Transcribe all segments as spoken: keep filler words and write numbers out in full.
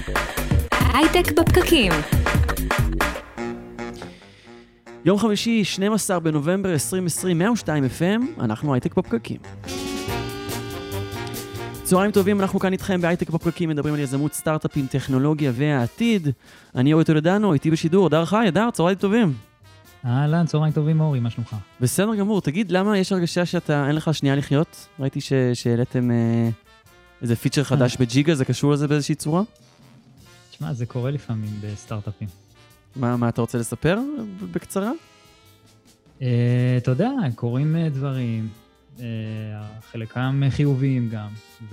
הייטק בפקקים. יום חמישי, שנים עשר בנובמבר עשרים עשרים, מאה ושתיים אף אם, אנחנו הייטק בפקקים. צהריים טובים, אנחנו כאן איתכם בהייטק בפקקים, מדברים על יזמות, סטארט-אפים, טכנולוגיה והעתיד. אני אורי טולדנו, איתי בשידור, דר חי, דר, צהריים טובים. אהלן, צהריים טובים אורי, מה שלומך? בסדר גמור, תגיד, למה יש הרגשה שאתה, אין לך שנייה לחיות? ראיתי ש- שהעליתם אה, איזה פיצ'ר חדש בג'יגה, זה קשור לזה באיזושהי צורה? תשמע, זה קורה לפעמים בסטארט-אפים. מה, מה אתה רוצה לספר בקצרה? אה, אתה יודע, קורים אה, דברים, אה, חלקם חיוביים גם,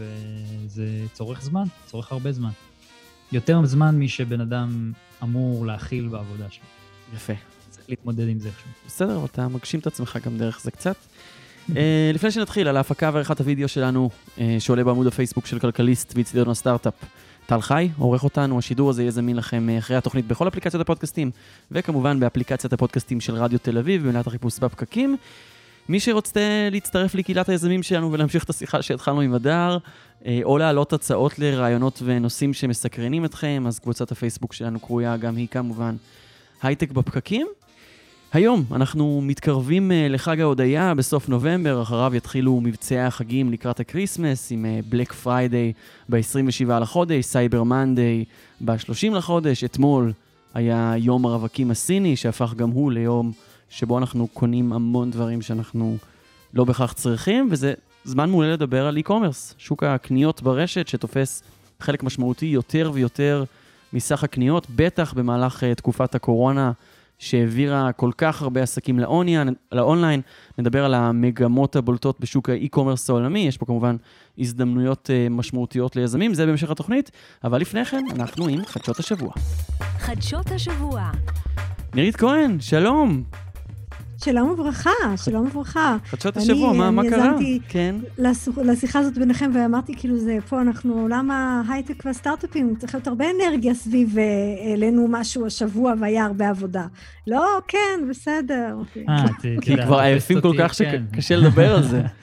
וזה צורך זמן, צורך הרבה זמן. יותר זמן משבן אדם אמור להכיל בעבודה שלו. יפה. צריך להתמודד עם זה איכשהו. בסדר, אבל אתה מגשים את עצמך גם דרך זה קצת. uh, לפני שנתחיל, על ההפקה ועריכת הוידאו שלנו, uh, שעולה בעמוד הפייסבוק של כלכליסט ואצטדיון הסטארט-אפ, טל חי, עורך אותנו. השידור הזה יהיה זמין לכם אחרי התוכנית בכל אפליקציות הפודקאסטים, וכמובן באפליקציית הפודקאסטים של רדיו תל אביב, במילת החיפוש בפקקים. מי שרוצה להצטרף לקהילת היזמים שלנו ולהמשיך את השיחה שהתחלנו עם הדר, או להעלות הצעות לרעיונות ונושאים שמסקרנים אתכם, אז קבוצת הפייסבוק שלנו קרויה גם היא כמובן הייטק בפקקים. היום אנחנו מתקרבים לחג ההודיה בסוף נובמבר, אחריו יתחילו מבצעי החגים לקראת הקריסמס, עם בלק פריידיי ב-עשרים ושבעה לחודש, סייבר מנדיי ב-שלושים לחודש. אתמול היה יום הרווקים הסיני, שהפך גם הוא ליום שבו אנחנו קונים המון דברים שאנחנו לא בכך צריכים, וזה זמן מעולה לדבר על e-commerce, שוק הקניות ברשת שתופס חלק משמעותי יותר ויותר מסך הקניות, בטח במהלך uh, תקופת הקורונה, שהעבירה כל כך הרבה עסקים לאונליין. נדבר על המגמות הבולטות בשוק האי-קומרס העולמי, יש פה כמובן הזדמנויות uh, משמעותיות ליזמים, זה בהמשך התוכנית, אבל לפני כן אנחנו עם חדשות השבוע. חדשות השבוע. נירית כהן, שלום. שלום וברכה, שלום וברכה. חדשות השבוע, מה, מה קרה? אני כן. יזמתי לשיחה הזאת ביניכם ואמרתי, כאילו זה פה אנחנו עולם ההייטק והסטארט-אפים, צריך להיות הרבה אנרגיה סביב, העלינו משהו השבוע והיה הרבה עבודה. לא, כן, בסדר. כי כבר עייפים כל כך שקשה לדבר על זה.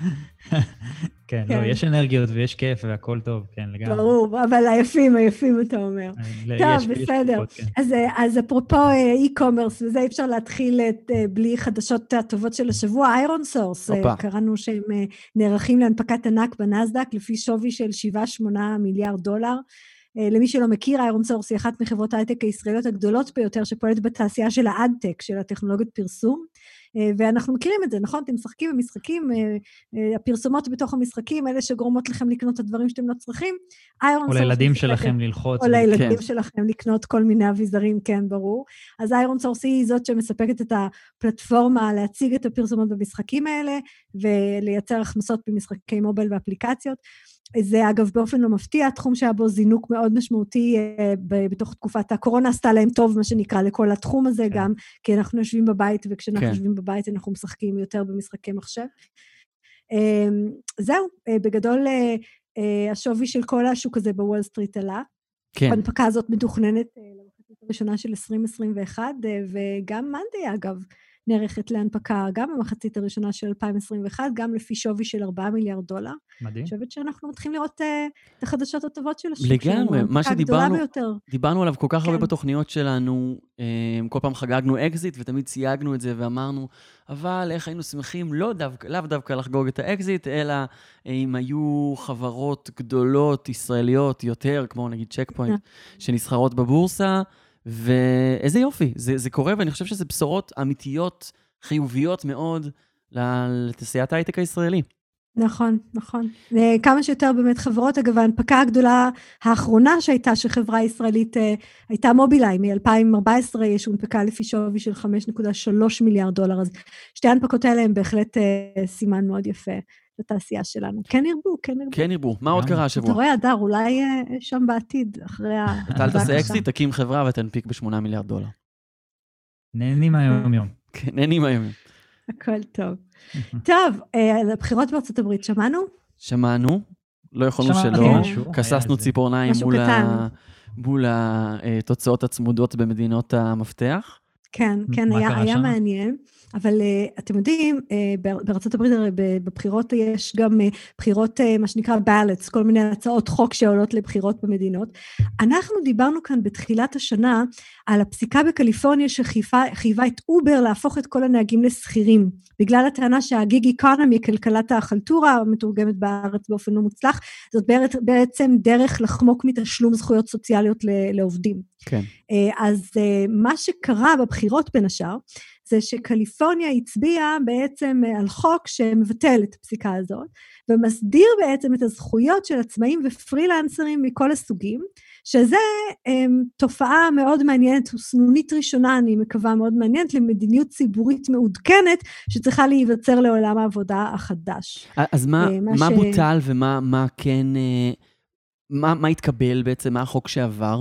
כן, לא, יש אנרגיות ויש כיף והכל טוב, כן, לגמרי. ברור, אבל עייפים, עייפים אתה אומר. טוב, בסדר. אז אפרופו e-commerce, וזה אפשר להתחיל בלי חדשות הטובות של השבוע, איירון סורס, קראנו שהם נערכים להנפקת ענק בנסדק, לפי שווי של שבעה שמונה מיליארד דולר. למי שלא מכיר, איירון סורס היא אחת מחברות ההייטק הישראליות הגדולות ביותר, שפועלת בתעשייה של האדטק, של הטכנולוגיות פרסום, ואנחנו מכירים את זה, נכון? אתם משחקים במשחקים, הפרסומות בתוך המשחקים, אלה שגורמות לכם לקנות את הדברים שאתם לא צריכים. או לילדים שלכם ללחוץ. או לילדים שלכם לקנות כל מיני אביזרים, כן, ברור. אז איירון סורס היא זאת שמספקת את הפלטפורמה, להציג את הפרסומות במשחקים האלה, ולייצר הכנסות במשחקי מובייל ואפליקציות. זה אגב באופן לא מפתיע, התחום שהיה בו זינוק מאוד משמעותי בתוך תקופת הקורונה, עשתה להם טוב מה שנקרא לכל התחום הזה כן. גם, כי אנחנו יושבים בבית, וכשאנחנו כן. יושבים בבית אנחנו משחקים יותר במשחקי מחשב. זהו, בגדול השווי של כל השוק הזה בוול סטריט עלה. כן. ההנפקה הזאת מתוכננת למחצית הראשונה של עשרים עשרים ואחת, וגם מנדי אגב, נערכת להנפקה גם במחצית הראשונה של אלפיים עשרים ואחת, גם לפי שווי של ארבעה מיליארד דולר. מדהים. אני חושבת שאנחנו מתחילים לראות uh, את החדשות הטובות של השוק. לגמרי, מה שדיברנו דיברנו עליו כל כך כן. הרבה בתוכניות שלנו, um, כל פעם חגגנו אקזיט, ותמיד סייגנו את זה ואמרנו, אבל איך היינו שמחים לא דווקא, לאו דווקא לחגוג את האקזיט, אלא אם היו חברות גדולות, ישראליות יותר, כמו נגיד צ'ק פוינט, שנסחרות בבורסה, ואיזה יופי, זה, זה קורה, ואני חושב שזה בשורות אמיתיות, חיוביות מאוד, לתעשיית ההייטק הישראלי. נכון, נכון. כמה שיותר באמת חברות, אגב, ההנפקה הגדולה האחרונה שהייתה, שחברה ישראלית הייתה מובילאיי, מ-אלפיים וארבע עשרה, שהונפקה לפי שווי של חמש נקודה שלוש מיליארד דולר, אז שתי ההנפקות האלה הם בהחלט סימן מאוד יפה לתעשייה שלנו. כן ירבו, כן ירבו. כן ירבו. מה עוד קרה השבוע? אתה רואה, אדר, אולי שם בעתיד, אחרי ה... אתה תעשה אקזיט, תקים חברה ותנפיק בשמונה מיליארד דולר. נהנים היום יום. כן, נהנים היום יום. הכל טוב. טוב, הבחירות בארצות הברית, שמענו? שמענו, לא יכולנו שלא, כססנו ציפורניים מול התוצאות הצמודות במדינות המפתח. כן, כן, היה, היה מעניין, אבל uh, אתם יודעים, uh, בארצות הברית הרי בבחירות יש גם uh, בחירות, uh, מה שנקרא ballots, כל מיני הצעות חוק שעולות לבחירות במדינות. אנחנו דיברנו כאן בתחילת השנה על הפסיקה בקליפורניה שחייבה את אובר להפוך את כל הנהגים לסחירים, בגלל הטענה שהגיג איקונומי, כלכלת החלטורה, המתורגמת בארץ באופן לא מוצלח, זאת בעצם דרך לחמוק מתשלום זכויות סוציאליות לעובדים. כן. אז מה שקרה בבחירות בין השאר, זה שקליפורניה הצביעה בעצם על חוק שמבטל את הפסיקה הזאת, ומסדיר בעצם את הזכויות של עצמאים ופרילנסרים מכל הסוגים, שזה הם, תופעה מאוד מעניינת, וסנונית ראשונה, אני מקווה מאוד מעניינת, למדיניות ציבורית מעודכנת, שצריכה להיווצר לעולם העבודה החדש. אז מה, מה, מה ש... בוטל ומה מה כן, מה, מה התקבל בעצם, מה החוק שעבר?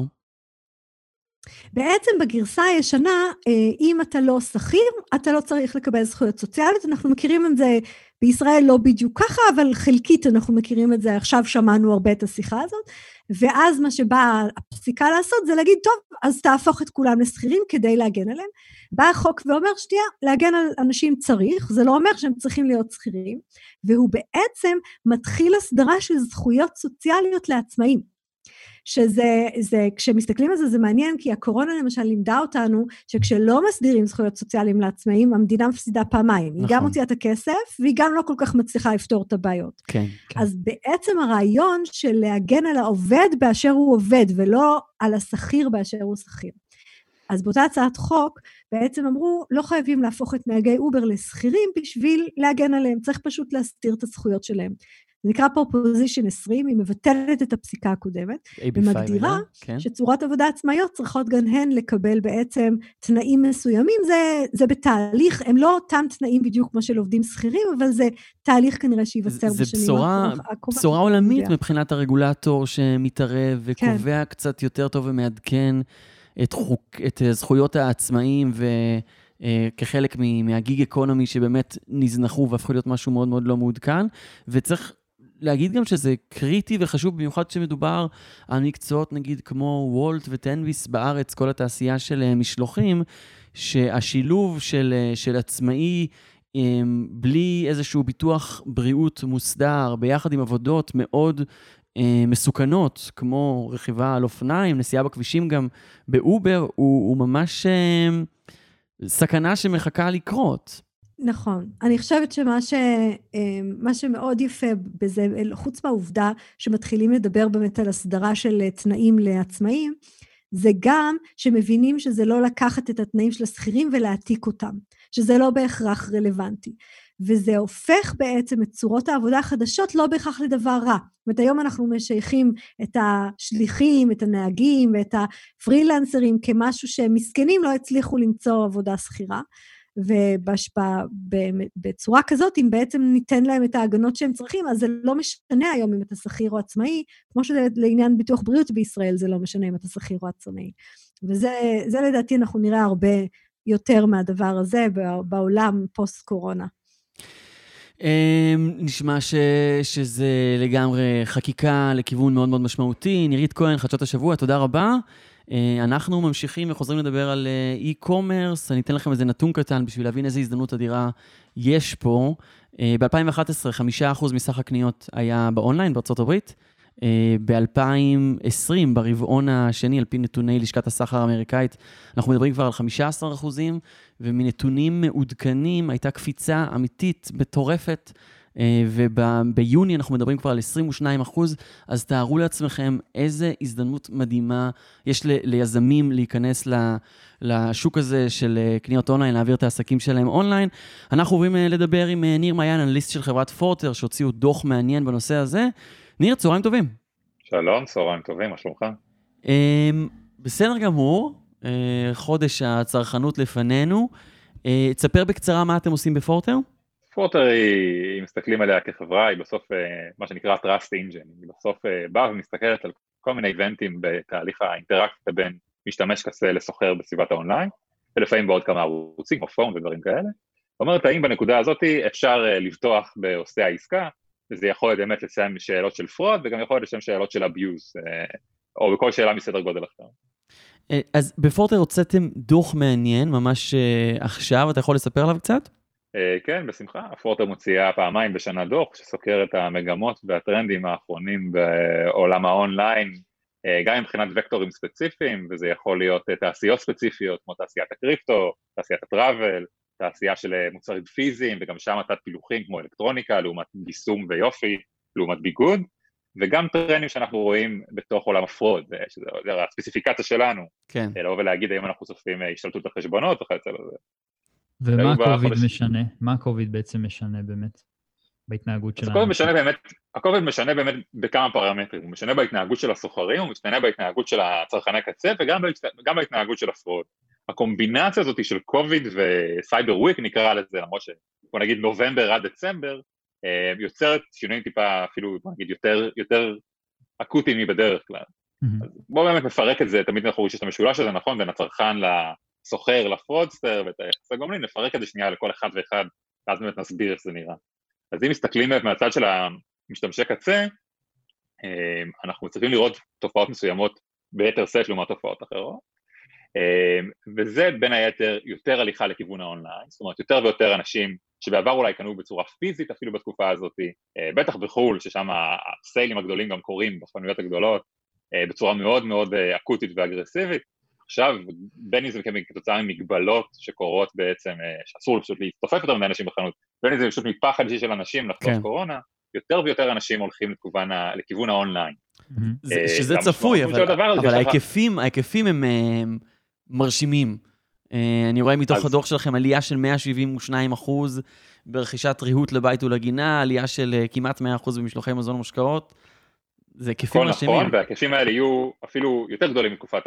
בעצם בגרסה הישנה, אם אתה לא שכיר, אתה לא צריך לקבל זכויות סוציאליות, אנחנו מכירים את זה בישראל לא בדיוק ככה, אבל חלקית אנחנו מכירים את זה, עכשיו שמענו הרבה את השיחה הזאת, ואז מה שבא הפסיקה לעשות זה להגיד, טוב, אז תהפוך את כולם לסחירים כדי להגן עליהם. בא החוק ואומר, שתהיה, להגן על אנשים צריך, זה לא אומר שהם צריכים להיות סחירים, והוא בעצם מתחיל הסדרה של זכויות סוציאליות לעצמאים. שזה, זה, כשמסתכלים על זה, זה מעניין, כי הקורונה למשל לימדה אותנו, שכשלא מסדירים זכויות סוציאליים לעצמאים, המדינה מפסידה פעמיים. נכון. היא גם מוציאה את הכסף, והיא גם לא כל כך מצליחה לפתור את הבעיות. כן, כן. אז בעצם הרעיון של להגן על העובד באשר הוא עובד, ולא על השכיר באשר הוא שכיר. אז באותה הצעת חוק, בעצם אמרו, לא חייבים להפוך את נהגי אובר לסחירים, בשביל להגן עליהם, צריך פשוט להסתיר את הזכויות שלהם. זה נקרא פרופוזישן עשרים, היא מבטלת את הפסיקה הקודמת, ומגדירה כן. שצורות עבודה עצמאיות צריכות גם הן לקבל בעצם תנאים מסוימים, זה, זה בתהליך, הם לא אותם תנאים בדיוק כמו של עובדים שכירים, אבל זה תהליך כנראה שיווצר בשנים. זה בשורה, בשורה עולמית מבחינת הרגולטור שמתערב וקובע כן. קצת יותר טוב ומעדכן את, חוק, את זכויות העצמאים ו... כחלק מהגיג אקונומי שבאמת נזנחו והפכו להיות משהו מאוד מאוד לא מעודכן, וצריך להגיד גם שזה קריטי וחשוב, במיוחד שמדובר על מקצועות נגיד כמו וולט וטנביס בארץ, כל התעשייה של משלוחים, שהשילוב של, של עצמאי בלי איזשהו ביטוח בריאות מוסדר, ביחד עם עבודות מאוד מסוכנות, כמו רכיבה על אופניים, נסיעה בכבישים גם באובר, הוא, הוא ממש סכנה שמחכה לקרות. נכון. אני חושבת שמה ש, מה שמאוד יפה בזה, חוץ מהעובדה שמתחילים לדבר באמת על הסדרה של תנאים לעצמאים, זה גם שמבינים שזה לא לקחת את התנאים של השכירים ולהעתיק אותם, שזה לא בהכרח רלוונטי. וזה הופך בעצם את צורות העבודה החדשות לא בהכרח לדבר רע. זאת אומרת, היום אנחנו משייכים את השליחים, את הנהגים ואת הפרילנסרים כמשהו שהם מסכנים, לא הצליחו למצוא עבודה שכירה, ובצורה כזאת, אם בעצם ניתן להם את ההגנות שהם צריכים, אז זה לא משנה היום אם אתה שכיר או עצמאי, כמו שלעניין ביטוח בריאות בישראל, זה לא משנה אם אתה שכיר או עצמאי. וזה זה לדעתי אנחנו נראה הרבה יותר מהדבר הזה בעולם פוסט קורונה. נשמע ש, שזה לגמרי חקיקה לכיוון מאוד מאוד משמעותי. נירית כהן, חדשות השבוע, תודה רבה. אנחנו ממשיכים וחוזרים לדבר על e-commerce. אני אתן לכם איזה נתון קטן בשביל להבין איזה הזדמנות אדירה יש פה. ב-אלפיים ואחת עשרה, חמישה אחוז מסך הקניות היה באונליין בארצות הברית. ב-אלפיים ועשרים, ברבעון השני, על פי נתוני לשכת הסחר האמריקאית, אנחנו מדברים כבר על חמישה עשר אחוזים, ומנתונים מעודכנים הייתה קפיצה אמיתית, מטורפת, וביוני אנחנו מדברים כבר על עשרים ושניים אחוז, אז תארו לעצמכם איזה הזדמנות מדהימה יש ליזמים להיכנס לשוק הזה של קניות אונליין, להעביר את העסקים שלהם אונליין. אנחנו עוברים לדבר עם ניר מעיין, אנליסט של חברת פורטר, שהוציאו דוח מעניין בנושא הזה. ניר, צהריים טובים. שלום, צהריים טובים, מה שלומך? בסדר גמור, חודש הצרכנות לפנינו. תספר בקצרה מה אתם עושים בפורטר? פורטר היא, אם מסתכלים עליה כחברה, היא בסוף מה שנקרא Trust Engine, היא בסוף באה ומסתכלת על כל מיני איבנטים בתהליך האינטראקציה בין משתמש כזה לסוחר בסביבת האונליין, ולפעמים בעוד כמה ערוצים, או פורום ודברים כאלה. אומרת, האם בנקודה הזאת אפשר לבטוח בעושי העסקה, וזה יכול להיות באמת לסיים שאלות של פרוד, וגם יכול להיות לסיים שאלות של אביוז, או בכל שאלה מסדר גודל אחר. אז בפורטר הוצאתם דוח מעניין, ממש עכשיו, אתה יכול לספר עליו קצת? כן, בשמחה. פורטר מוציאה פעמיים בשנה דוח, שסוקר את המגמות והטרנדים האחרונים בעולם האונליין, גם מבחינת וקטורים ספציפיים, וזה יכול להיות תעשיות ספציפיות, כמו תעשיית הקריפטו, תעשיית הטראבל, תעשייה של מוצרים פיזיים, וגם שם תת פילוחים כמו אלקטרוניקה, לעומת יישום ויופי, לעומת ביגוד, וגם טרנדים שאנחנו רואים בתוך עולם הפרוד, שזה הספציפיקציה שלנו, כן. לבוא ולהגיד האם אנחנו צופים השתלטות על חשבונות וכיוצא בזה. ומה הקוביד משנה? מה הקוביד בעצם משנה באמת בהתנהגות שלנו? הקוביד משנה באמת, הקוביד משנה באמת בכמה פרמטרים, הוא משנה בהתנהגות של הסוחרים, הוא משנה בהתנהגות של הצרכני קצה, וגם גם בהתנהגות של הפרוד. הקומבינציה הזאת של קוביד וסייבר וויק נקרא לזה, למרות שבוא נגיד נובמבר עד דצמבר, יוצרת שינויים טיפה אפילו בוא נגיד יותר, יותר אקוטיים מבדרך כלל. Mm-hmm. אז בואו באמת נפרק את זה, תמיד אנחנו רואים שיש את המשולש הזה, נכון, בין הצרכן לסוחר, לפרודסטר ואת היחסי גומלין, נפרק את זה שנייה לכל אחד ואחד, ואז באמת נסביר איך זה נראה. אז אם מסתכלים מהצד של המשתמשי קצה, אנחנו צריכים לראות תופעות מסוימות ביתר סט לעומת תופעות אחרות, וזה בין היתר יותר הליכה לכיוון האונליין, זאת אומרת יותר ויותר אנשים שבעבר אולי קנו בצורה פיזית אפילו בתקופה הזאת, בטח בחול ששם הסיילים הגדולים גם קורים בחנויות הגדולות, בצורה מאוד מאוד אקוטית ואגרסיבית, עכשיו בין אם זה כתוצאה ממגבלות שקורות בעצם, שאסור פשוט להצטופף יותר מאנשים בחנות, בין אם זה פשוט מפחד אישי של אנשים לחטוף כן. קורונה, יותר ויותר אנשים הולכים לכיוון, לכיוון האונליין. שזה צפוי, אבל ההיקפים, ההיקפים הם מרשימים. אני רואה מתוך הדוח שלכם עלייה של מאה שבעים ושניים אחוז ברכישת ריהוט לבית ולגינה, עלייה של כמעט מאה אחוז במשלוחי מזון ומשקאות. זה היקפים מרשימים. נכון, וההיקפים האלה יהיו אפילו יותר גדולים מתקופת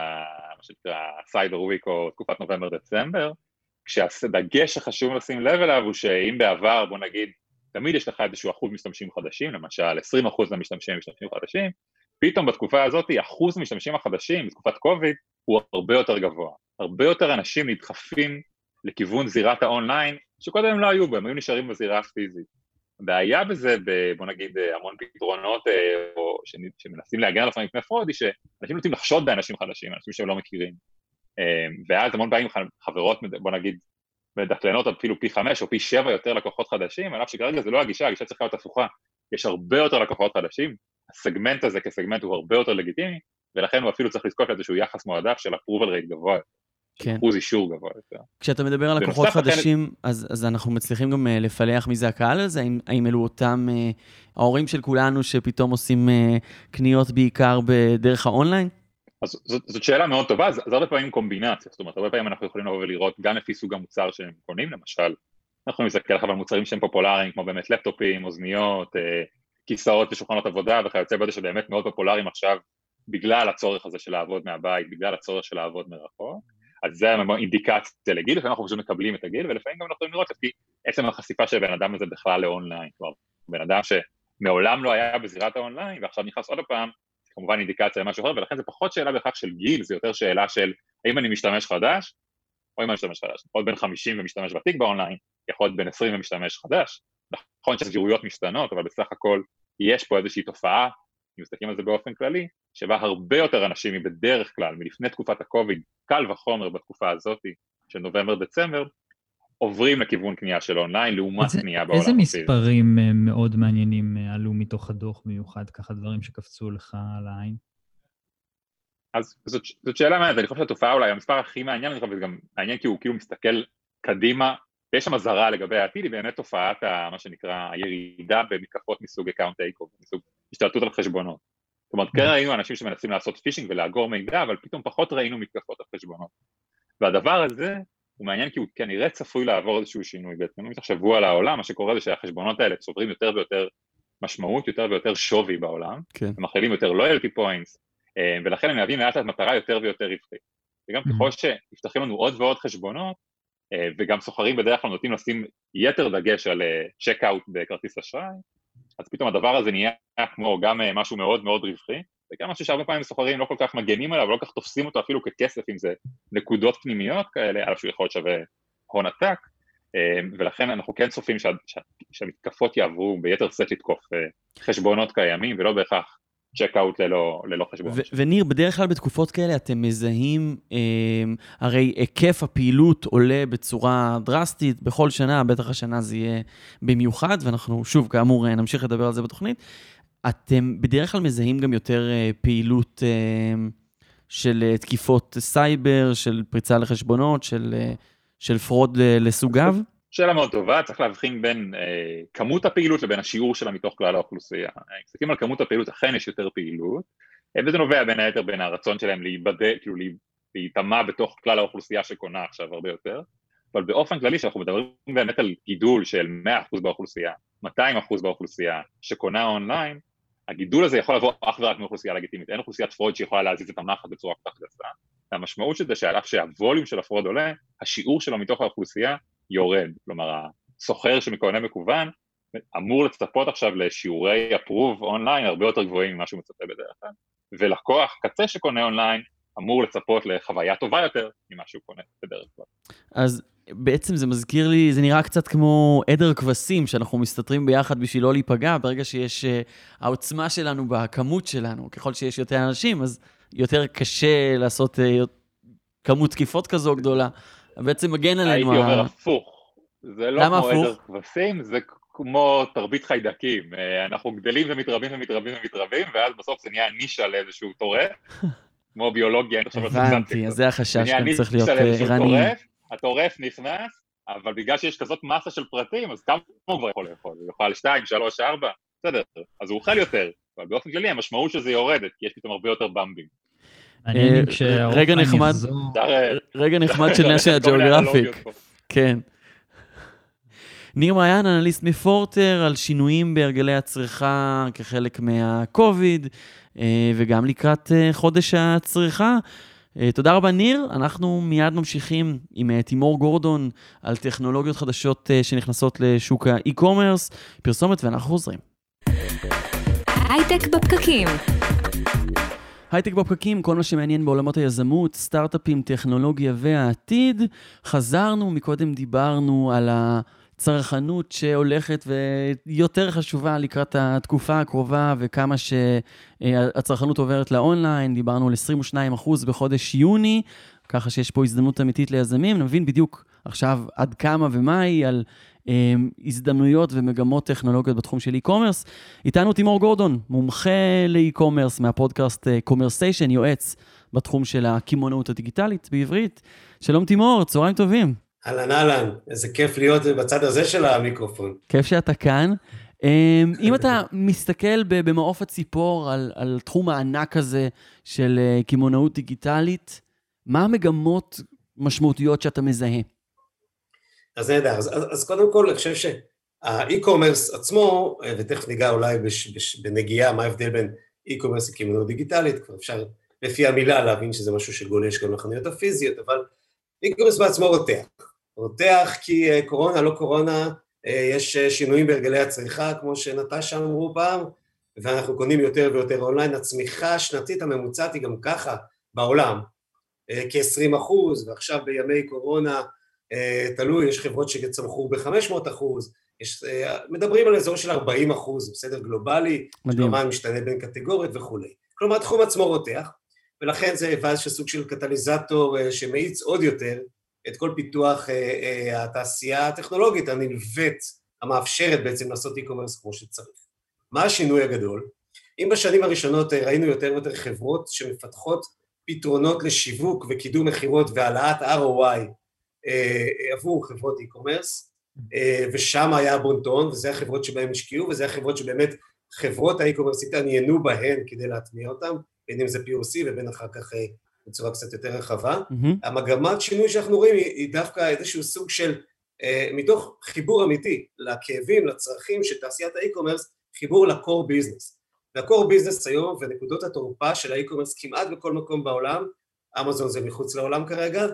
הסייבר וויק או תקופת נובמבר-דצמבר, כשהדגש החשוב לשים לב אליו הוא שאם בעבר, בוא נגיד, תמיד יש לך איזשהו אחוז משתמשים חדשים, למשל עשרים אחוז למשתמשים משתמשים חדשים, פתאום בתקופה הזאת אחוז משתמשים החדשים בתקופת קוביד הוא הרבה יותר גבוה. הרבה יותר אנשים נדחפים לכיוון זירת האונליין, שקודם הם לא היו בהם, היו נשארים בזירה הפיזית. הבעיה בזה, בוא נגיד המון פתרונות או שמנסים להגן על עצמם מפני פרוד, היא שאנשים נוטים לחשוד באנשים חדשים, אנשים שהם לא מכירים. ואז המון פעמים חברות, בוא נגיד, מדקלנות אפילו פי חמש או פי שבע יותר לקוחות חדשים, על אף שכרגע זה לא הגישה, הגישה צריכה להיות הפוכה. יש הרבה יותר לקוחות חדשים, הסגמנט הזה כסגמנט הוא הרבה יותר לגיטימי, ולכן הוא אפילו צריך לזכות לאיזשהו יחס מועדף של approval rate גבוה, של אחוז אישור גבוה יותר. כשאתה מדבר על לקוחות חדשים, אז אנחנו מצליחים גם לפלח מי זה הקהל הזה, האם אלו אותם ההורים של כולנו שפתאום עושים קניות בעיקר בדרך האונליין? אז זאת שאלה מאוד טובה, אז הרבה פעמים קומבינציה, זאת אומרת, הרבה פעמים אנחנו יכולים לבוא ולראות גם לפי סוג המוצר שהם קונים, למשל, אנחנו נסתכל לך על מוצרים שהם פופולריים, כמו באמת לפטופים, אוזניות, כיסאות ושולחנות עבודה, וכיוצא בזה שבאמת מאוד פופולריים עכשיו, בגלל הצורך הזה של לעבוד מהבית, בגלל הצורך של לעבוד מרחוק, אז זה אינדיקציה לגיל, לפעמים אנחנו פשוט מקבלים את הגיל, ולפעמים גם אנחנו יכולים לראות לפי עצם החשיפה של בן אדם הזה בכלל לאונליין, כלומר, בן אדם שמעולם לא היה בזירת האונליין, ועכשיו נכנס עוד הפעם, כמובן אינדיקציה למשהו אחר, ולכן זה פחות שאלה בכך של גיל, זה יותר שאלה של האם אני משתמש חדש, או אם אני משתמש חדש, יכול להיות בין חמישים ומשתמש ותיק באונליין, יכול להיות בין עשרים ומשתמש חדש, נכון שהסבירויות משתנות, אבל בסך הכל יש פה איזושהי תופעה, אם מסתכלים על זה באופן כללי, שבה הרבה יותר אנשים מבדרך כלל, מלפני תקופת הקוביד, קל וחומר בתקופה הזאת, של נובמבר-דצמבר, עוברים לכיוון קנייה של אונליין, לעומת קנייה בעולם. איזה מספרים מאוד מעניינים עלו מתוך הדוח מיוחד, ככה דברים שקפצו לך על העין? אז זאת, זאת שאלה מעניינת, אני חושב שהתופעה אולי, המספר הכי מעניין, אני חושב, וגם מעניין כי הוא כאילו מסתכל קדימה, ויש שם הזרה לגבי העתיד, היא באמת תופעת מה שנקרא הירידה במתקפות מסוג אקאונט טייקאובר, מסוג השתלטות על חשבונות. זאת אומרת, כן ראינו אנשים שמנסים לעשות פישינג ולאגור מידע, אבל פתאום פחות ראינו מתקפות על חשבונות. והדבר הזה הוא מעניין כי הוא כנראה צפוי לעבור איזשהו שינוי, בעצם אם תחשבו על העולם, מה שקורה זה שהחשבונות האלה צוברים יותר ויותר משמעות, יותר ויותר שווי בעולם, כן. הם מכילים יותר loyalty points, ולכן הם מהווים לאט לאט מטרה יותר ויותר רווחית. וגם ככל שיפתחים לנו עוד ועוד חשבונות, וגם סוחרים בדרך כלל נוטים לשים יתר דגש על צ'ק-אאוט בכרטיס אשראי, אז פתאום הדבר הזה נהיה כמו גם משהו מאוד מאוד רווחי, וגם משהו שהרבה פעמים סוחרים לא כל כך מגנים עליו, ולא כל כך תופסים אותו אפילו ככסף, אם זה נקודות פנימיות כאלה, עליו שהוא יכול להיות שווה הון עתק, ולכן אנחנו כן צופים שה, שה, שהמתקפות יעברו ביתר סט לתקוף חשבונות קיימים, ולא בהכרח צ'ק-אאוט ללא, ללא חשבון. ו- וניר, בדרך כלל בתקופות כאלה אתם מזהים, אה, הרי היקף הפעילות עולה בצורה דרסטית, בכל שנה, בטח השנה זה יהיה במיוחד, ואנחנו שוב, כאמור, נמשיך לדבר על זה בתוכנית. אתם בדרך כלל מזהים גם יותר אה, פעילות אה, של אה, תקיפות סייבר, של פריצה לחשבונות, של, אה, של פרוד לסוגיו? שאלה מאוד טובה, צריך להבחין בין אה, כמות הפעילות לבין השיעור שלה מתוך כלל האוכלוסייה. מסתכלים על כמות הפעילות, אכן יש יותר פעילות, וזה נובע בין היתר בין הרצון שלהם להיבדק, כאילו להיטמע בתוך כלל האוכלוסייה שקונה עכשיו הרבה יותר, אבל באופן כללי שאנחנו מדברים באמת על גידול של מאה אחוז באוכלוסייה, מאתיים אחוז באוכלוסייה שקונה אונליין, הגידול הזה יכול לבוא אך ורק מאוכלוסייה לגיטימית, אין אוכלוסיית פרוד שיכולה להזיז את המחט בצורה כל כך גסה, והמשמעות של זה שעל אף שהווליום של הפרוד עולה, השיעור שלו מתוך האוכלוסייה יורד, כלומר הסוחר שמקונה מקוון אמור לצפות עכשיו לשיעורי אפרוב אונליין הרבה יותר גבוהים ממה שהוא מצפה בדרך כלל, ולקוח קצה שקונה אונליין אמור לצפות לחוויה טובה יותר ממה שהוא קונה בדרך כלל. אז בעצם זה מזכיר לי, זה נראה קצת כמו עדר כבשים שאנחנו מסתתרים ביחד בשביל לא להיפגע, ברגע שיש uh, העוצמה שלנו בכמות שלנו, ככל שיש יותר אנשים אז יותר קשה לעשות uh, כמות תקיפות כזו גדולה, בעצם מגן עלינו. הייתי אומר הפוך, זה לא כמו עדר כבשים, זה כמו תרבית חיידקים, אנחנו גדלים ומתרבים ומתרבים ומתרבים, ואז בסוף זה נהיה נישה לאיזשהו טורף, כמו ביולוגיה. הבנתי, אז זה החשש, כאן צריך להיות ערני. הטורף נכנס, אבל בגלל שיש כזאת מסה של פרטים, אז כמה הוא כבר יכול לאכול? הוא יאכל שתיים, שלוש, ארבע, בסדר, אז הוא אוכל יותר, אבל באופן כללי המשמעות שזה יורדת, כי יש פתאום הרבה יותר במבים. רגע נחמד, רגע נחמד של נשיה ג'אוגרפיק. כן. ניר מעיין, אנליסט מפורטר, על שינויים בהרגלי הצריכה כחלק מהקוביד, וגם לקראת חודש הצריכה. תודה רבה ניר, אנחנו מיד ממשיכים עם תימור גורדון על טכנולוגיות חדשות שנכנסות לשוק האי-קומרס, פרסומת ואנחנו חוזרים. הייטק בפקקים. הייטק בפקקים, כל מה שמעניין בעולמות היזמות, סטארט-אפים, טכנולוגיה והעתיד. חזרנו, מקודם דיברנו על הצרכנות שהולכת ויותר חשובה לקראת התקופה הקרובה וכמה שהצרכנות עוברת לאונליין. דיברנו על עשרים ושניים אחוז בחודש יוני, ככה שיש פה הזדמנות אמיתית ליזמים. נבין בדיוק עכשיו עד כמה ומהי על הזדמנויות ומגמות טכנולוגיות בתחום של e-commerce. איתנו תימור גורדון, מומחה ל-e-commerce מהפודקאסט Conversation, יועץ בתחום של הקמעונאות הדיגיטלית בעברית. שלום תימור, צהריים טובים. אהלן אהלן, איזה כיף להיות בצד הזה של המיקרופון. כיף שאתה כאן. אם אתה מסתכל במעוף הציפור על, על תחום הענק הזה של קמעונאות דיגיטלית, מה המגמות משמעותיות שאתה מזהה? אז נהדר, אז, אז, אז קודם כל אני חושב שהאי-קומרס עצמו, ותכף ניגע אולי בש, בש, בנגיעה, מה ההבדל בין אי-קומרס לקמעונאות דיגיטלית, כבר אפשר לפי המילה להבין שזה משהו שגולש גם לחנויות הפיזיות, אבל אי-קומרס בעצמו רותח, רותח כי קורונה, לא קורונה, יש שינויים בהרגלי הצריכה, כמו שנטשה אמרו פעם, ואנחנו קונים יותר ויותר אונליין, הצמיחה השנתית הממוצעת היא גם ככה בעולם, כ-עשרים אחוז, ועכשיו בימי קורונה, תלוי, יש חברות שצמחו ב-חמש מאות אחוז, יש, מדברים על אזור של ארבעים אחוז, בסדר גלובלי, כלומר משתנה בין קטגוריות וכו'. כלומר, התחום עצמו רותח, ולכן זה היווה סוג של קטליזטור שמאיץ עוד יותר את כל פיתוח התעשייה הטכנולוגית הנלווית, המאפשרת בעצם לעשות e-commerce כמו שצריך. מה השינוי הגדול? אם בשנים הראשונות ראינו יותר ויותר חברות שמפתחות פתרונות לשיווק וקידום מחירות והעלאת אר או איי, עבור חברות e-commerce, ושם היה בונטון, וזה החברות שבהם השקיעו, וזה החברות שבאמת חברות האי-קומרס התעניינו בהן כדי להטמיע אותם, בין אם זה פי או סי ובין אחר כך בצורה קצת יותר רחבה. Mm-hmm. המגמת שינוי שאנחנו רואים היא, היא דווקא איזשהו סוג של, מתוך חיבור אמיתי לכאבים, לצרכים של תעשיית האי-קומרס, חיבור לקור ביזנס. והקור ביזנס היום ונקודות התורפה של האי-קומרס כמעט בכל מקום בעולם, אמזון זה מחוץ לעולם כרגע,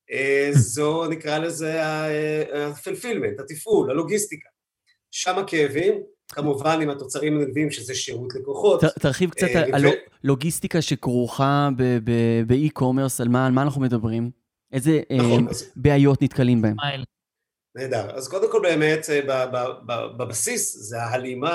זו נקרא לזה הפלפילמנט, התפעול, הלוגיסטיקה. שם הכאבים, כמובן עם התוצרים הנלווים שזה שירות לקוחות. תרחיב קצת על לוגיסטיקה שכרוכה באי-קומרס, על מה אנחנו מדברים? איזה בעיות נתקלים בהם? נהדר. אז קודם כל באמת בבסיס זה ההלימה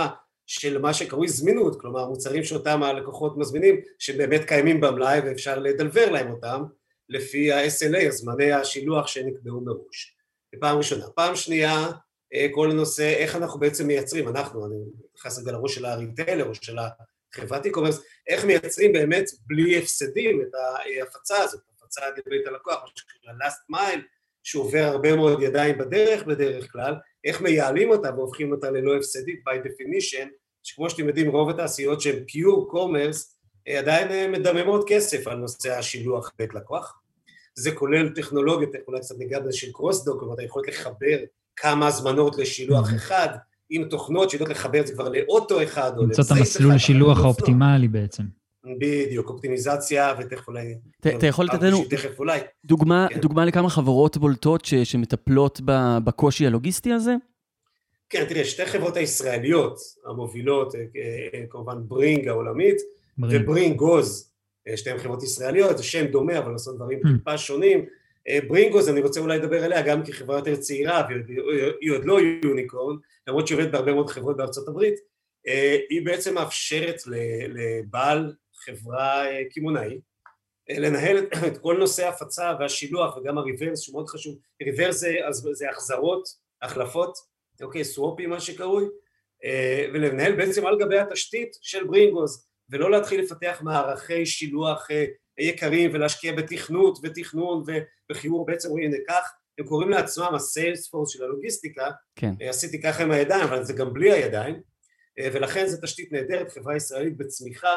של מה שקרוי זמינות, כלומר מוצרים שאותם הלקוחות מזמינים, שבאמת קיימים במלאי ואפשר לדלבר להם אותם, לפי ה-אס אל איי, זמני השילוח שנקבעו מראש. פעם ראשונה. פעם שנייה, כל הנושא, איך אנחנו בעצם מייצרים, אנחנו, אני נכנס רגע לראש של הריטיילר או של החברת e-commerce, איך מייצרים באמת בלי הפסדים את ההפצה הזאת, הפצה על בית הלקוח, ה-last mile, שעובר הרבה מאוד ידיים בדרך, בדרך כלל, איך מייעלים אותה והופכים אותה ללא הפסדית, by definition, שכמו שאתם יודעים, רוב התעשיות שהן pure commerce, עדיין מדממות כסף על נושא השילוח בית לקוח. זה כולל טכנולוגיות, אולי קצת ניגע בזה של קרוסדוק, כלומר, אתה יכול לחבר כמה הזמנות לשילוח אחד, עם תוכנות שיודעות לחבר את זה כבר לאוטו אחד, או למצוא את המסלול לשילוח האופטימלי בעצם. בדיוק, אופטימיזציה, ותכף אולי... אתה יכול לתת לנו דוגמה לכמה חברות בולטות שמטפלות בקושי הלוגיסטי הזה? כן, תראה, שתי חברות הישראליות המובילות, כמובן ברינג העולמית, וברינגוז, שתיהן חברות ישראליות, זה שם דומה, אבל עושות דברים טיפה שונים. ברינגוז, אני רוצה אולי לדבר עליה גם כחברה יותר צעירה, והיא עוד לא יוניקורן, למרות שהיא עובדת בהרבה מאוד חברות בארצות הברית, היא בעצם מאפשרת לבעל חברה קימונאי, לנהל את כל נושא ההפצה והשילוח, וגם הריברס, שהוא מאוד חשוב. ריברס זה, זה החזרות, החלפות, אוקיי, סוופים מה שקרוי, ולנהל בעצם על גבי התשתית של ברינגוז, ולא להתחיל לפתח מערכי שילוח יקרים, ולהשקיע בתכנות ותכנון ובחיבור, בעצם רואים כך, הם קוראים לעצמם הסיילספורס של הלוגיסטיקה, כן. עשיתי ככה עם הידיים, אבל זה גם בלי הידיים, ולכן זו תשתית נהדרת, חברה ישראלית בצמיחה,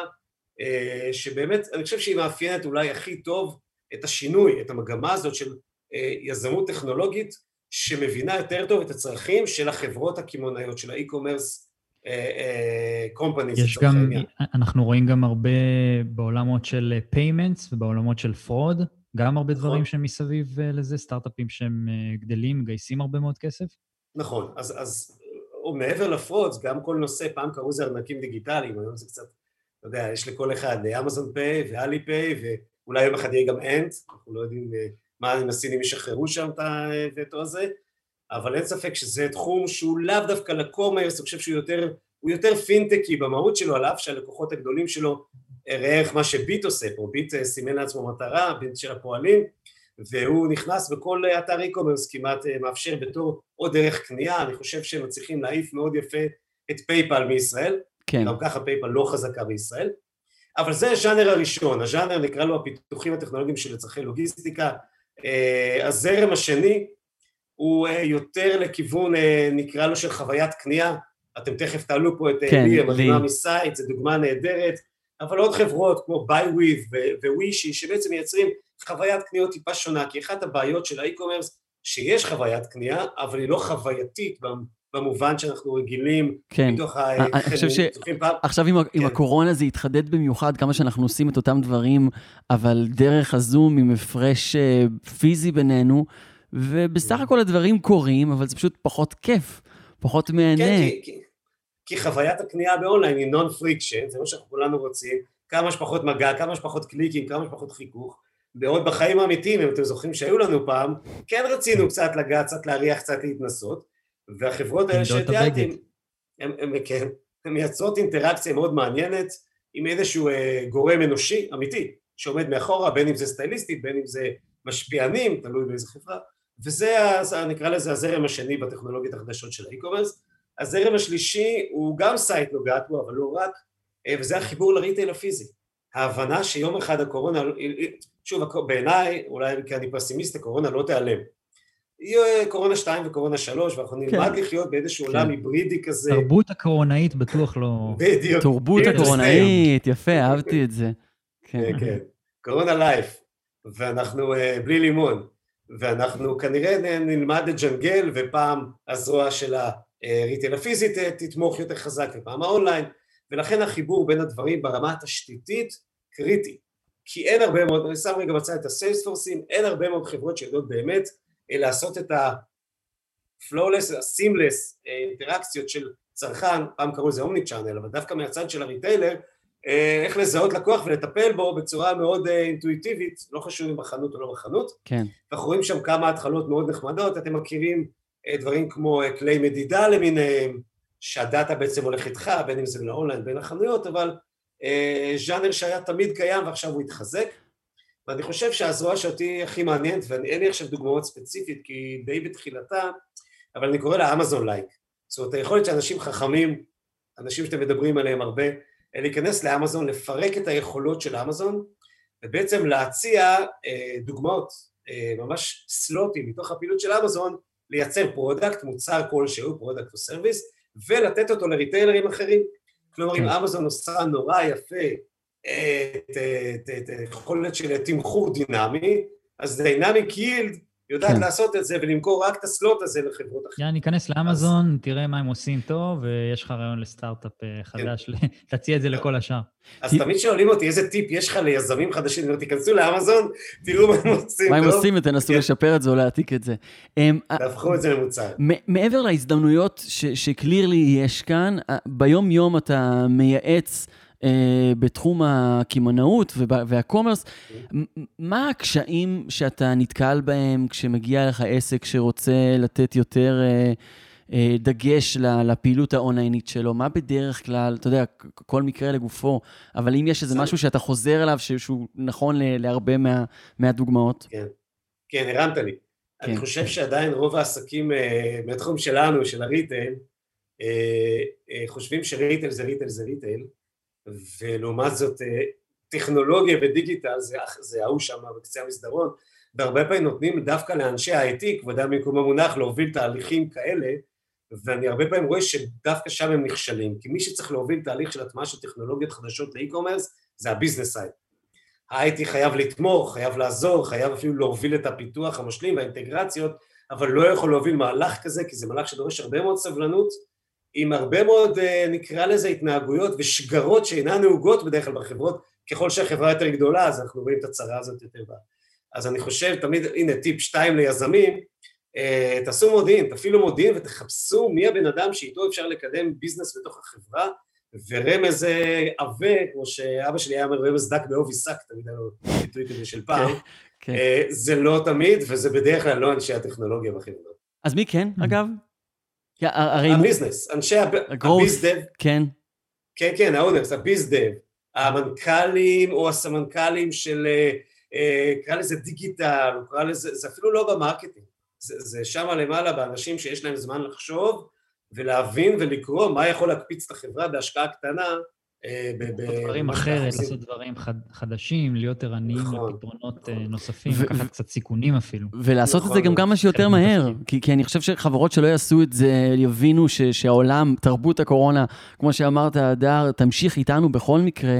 שבאמת אני חושב שהיא מאפיינת אולי הכי טוב את השינוי, את המגמה הזאת של יזמות טכנולוגית, שמבינה יותר טוב את הצרכים של החברות הקימונאיות, של האי-קומרס קומפניז. יש גם, אנחנו רואים גם הרבה בעולמות של payments ובעולמות של fraud, גם הרבה דברים שמסביב לזה, סטארט-אפים שהם גדלים, גייסים הרבה מאוד כסף. נכון, אז, אז או מעבר לפרוד, גם כל נושא, פעם קראו זה ארנקים דיגיטליים, היום זה קצת, אתה יודע, יש לכל אחד, אמזון פיי ואלי פיי, ואולי יום אחד יהיה גם אנט, אנחנו לא יודעים מה הסינים ישחררו שם את הזה, אבל אין ספק שזה תחום שהוא לאו דווקא לקומרס, אני חושב שהוא יותר, הוא יותר פינטקי במהות שלו, על אף שהלקוחות הגדולים שלו, ראה איך מה שביט עושה פה, ביט סימן לעצמו מטרה, ביט של הפועלים, והוא נכנס בכל אתר e-commerce כמעט מאפשר בתור עוד דרך קנייה, אני חושב שהם מצליחים להעיף מאוד יפה את פייפל מישראל, כן. גם ככה פייפל לא חזקה בישראל, אבל זה הז'אנר הראשון, הז'אנר נקרא לו הפיתוחים הטכנולוגיים של לצרכי לוגיסטיקה, הזרם השני הוא יותר לכיוון נקרא לו של חוויית קנייה, אתם תכף תעלו פה את כן, לי, המדהימה מסייט, זו דוגמה נהדרת, אבל עוד חברות כמו BuyWith ווישי שבעצם מייצרים חוויית קניות טיפה שונה, כי אחת הבעיות של האי-קומרס שיש חוויית קנייה, אבל היא לא חווייתית במובן שאנחנו רגילים כן. מתוך אני חושב שעכשיו עם, עם הקורונה זה התחדד במיוחד כמה שאנחנו עושים את אותם דברים, אבל דרך הזום עם הפרש פיזי בינינו, ובסך הכל הדברים קורים, אבל זה פשוט פחות כיף, פחות מענה. כן, כי, כי, כי חוויית הקנייה באונליין היא non-friction, זה מה שאנחנו כולנו רוצים, כמה שפחות מגע, כמה שפחות קליקים, כמה שפחות חיכוך, בעוד בחיים האמיתיים, אם אתם זוכרים שהיו לנו פעם, כן רצינו קצת לגעת, קצת להריח, קצת להתנסות, והחברות האלה שתיארתי, הן מייצרות אינטראקציה מאוד מעניינת, עם איזשהו גורם אנושי, אמיתי, שעומד מאחורה, בין אם זה סטייליסטית, בין אם זה משפיענים, תלוי באיזה חברה, וזה, נקרא לזה, הזרם השני בטכנולוגיות החדשות של האי-קומרס. הזרם השלישי הוא גם סייט נוגעת בו, אבל לא רק, וזה החיבור לריטייל הפיזי. ההבנה שיום אחד הקורונה, שוב, בעיניי, אולי כי אני פסימיסט, הקורונה לא תיעלם. יהיה קורונה שתיים וקורונה שלוש, ואנחנו נלמד לחיות באיזשהו עולם היברידי כזה. תרבות הקורונאית בטוח לא... בדיוק. תרבות הקורונאית, יפה, אהבתי את זה. כן, כן. קורונה לייף, ואנחנו בלי לימון, ואנחנו כנראה נלמד לג'נגל, ופעם הזרוע של הריטייל הפיזית תתמוך יותר חזק, ופעם האונליין, ולכן החיבור בין הדברים ברמה התשתיתית קריטי. כי אין הרבה מאוד, אני שם רגע בצד את הסיילספורסים, אין הרבה מאוד חברות שיודעות באמת לעשות את ה-flawless, ה-seamless אינטראקציות של צרכן, פעם קראו לזה אומני צ'אנל, אבל דווקא מהצד של הריטיילר, איך לזהות לקוח ולטפל בו בצורה מאוד אינטואיטיבית, לא חשוב אם בחנות או לא בחנות. כן. אנחנו רואים שם כמה התחלות מאוד נחמדות, אתם מכירים דברים כמו כלי מדידה למיניהם, שהדאטה בעצם הולך איתך, בין אם זה לאונליין, בין החנויות, אבל ז'אנר שהיה תמיד קיים ועכשיו הוא התחזק, ואני חושב שהזרוע שאותי הכי מעניינת, ואין לי עכשיו דוגמאות ספציפית, כי די בתחילתה, אבל אני קורא לה אמזון לייק. זאת אומרת, היכולת שאנשים חכמים, אנשים שאתם מדברים עליהם הרבה, להיכנס לאמזון, לפרק את היכולות של אמזון, ובעצם להציע דוגמאות, ממש סלוטים מתוך הפעילות של אמזון, לייצר פרודקט, מוצר כלשהו, פרודקט או סרוויס, ולתת אותו לריטיילרים אחרים. כלומר, אם אמזון עושה נורא יפה את היכולת של תמחור דינמי, אז דינמיק יילד יודעת לעשות את זה ולמכור רק את הסלוט הזה לחברות אחרות. יאללה, ניכנס לאמזון, תראה מה הם עושים טוב, ויש לך רעיון לסטארט-אפ חדש, תציע את זה לכל השאר. אז תמיד שואלים אותי, איזה טיפ יש לך ליזמים חדשים? אני אומר, תיכנסו לאמזון, תראו מה הם עושים טוב. מה הם עושים ותנסו לשפר את זה או להעתיק את זה. תהפכו את זה למוצר. מעבר להזדמנויות שקלירלי יש כאן, ביום יום אתה מייעץ בתחום הקמעונאות והקומרס, מה הקשיים שאתה נתקל בהם כשמגיע לך עסק שרוצה לתת יותר דגש לפעילות האונליינית שלו? מה בדרך כלל, אתה יודע, כל מקרה לגופו, אבל אם יש איזה משהו שאתה חוזר אליו שהוא נכון להרבה מהדוגמאות? כן, כן, הרמת לי. אני חושב שעדיין רוב העסקים מהתחום שלנו, של הריטייל, חושבים שריטייל זה ריטייל זה ריטייל, ולעומת זאת טכנולוגיה ודיגיטל זה, זה ההוא שם בקצה המסדרון, והרבה פעמים נותנים דווקא לאנשי ה-איי טי, כבודם במקום המונח, להוביל תהליכים כאלה, ואני הרבה פעמים רואה שדווקא שם הם נכשלים, כי מי שצריך להוביל תהליך של הטמעה של טכנולוגיות חדשות לאי-קומרס, זה הביזנס סייד. ה-איי טי חייב לתמוך, חייב לעזור, חייב אפילו להוביל את הפיתוח המשלים והאינטגרציות, אבל לא יכול להוביל מהלך כזה, כי זה מהלך שדורש הרבה מאוד סבלנות, עם הרבה מאוד, נקרא לזה, התנהגויות ושגרות שאינן נהוגות בדרך כלל בחברות, ככל שהחברה יותר גדולה, אז אנחנו רואים את הצרה הזאת יותר בה. אז אני חושב, תמיד, הנה, טיפ שתיים ליזמים, תעשו מודיעין, תפעילו מודיעין ותחפשו מי הבן אדם שאיתו אפשר לקדם ביזנס בתוך החברה, ורמז עווה, כמו שאבא שלי היה אומר, רמז דק באובי שק, תמיד היה לו ביטוי כזה של פעם, זה לא תמיד, וזה בדרך כלל לא אנשי הטכנולוגיה בחברה. אז מי כן, אגב? הביזנס, אנשי הביזדב, כן, כן, כן, האונרס, הביזדב, המנכ"לים או הסמנכ"לים של, קרא לזה דיגיטל, קרא לזה, זה אפילו לא במרקטינג, זה שם למעלה באנשים שיש להם זמן לחשוב ולהבין ולקרוא מה יכול להקפיץ את החברה בהשקעה קטנה. לעשות דברים אחרת, לעשות דברים חדשים, להיות ערניים לפתרונות נוספים, לקחת קצת סיכונים אפילו. ולעשות את זה גם כמה שיותר מהר, כי אני חושב שחברות שלא יעשו את זה, יבינו שהעולם, תרבות הקורונה, כמו שאמרת, הדר, תמשיך איתנו בכל מקרה,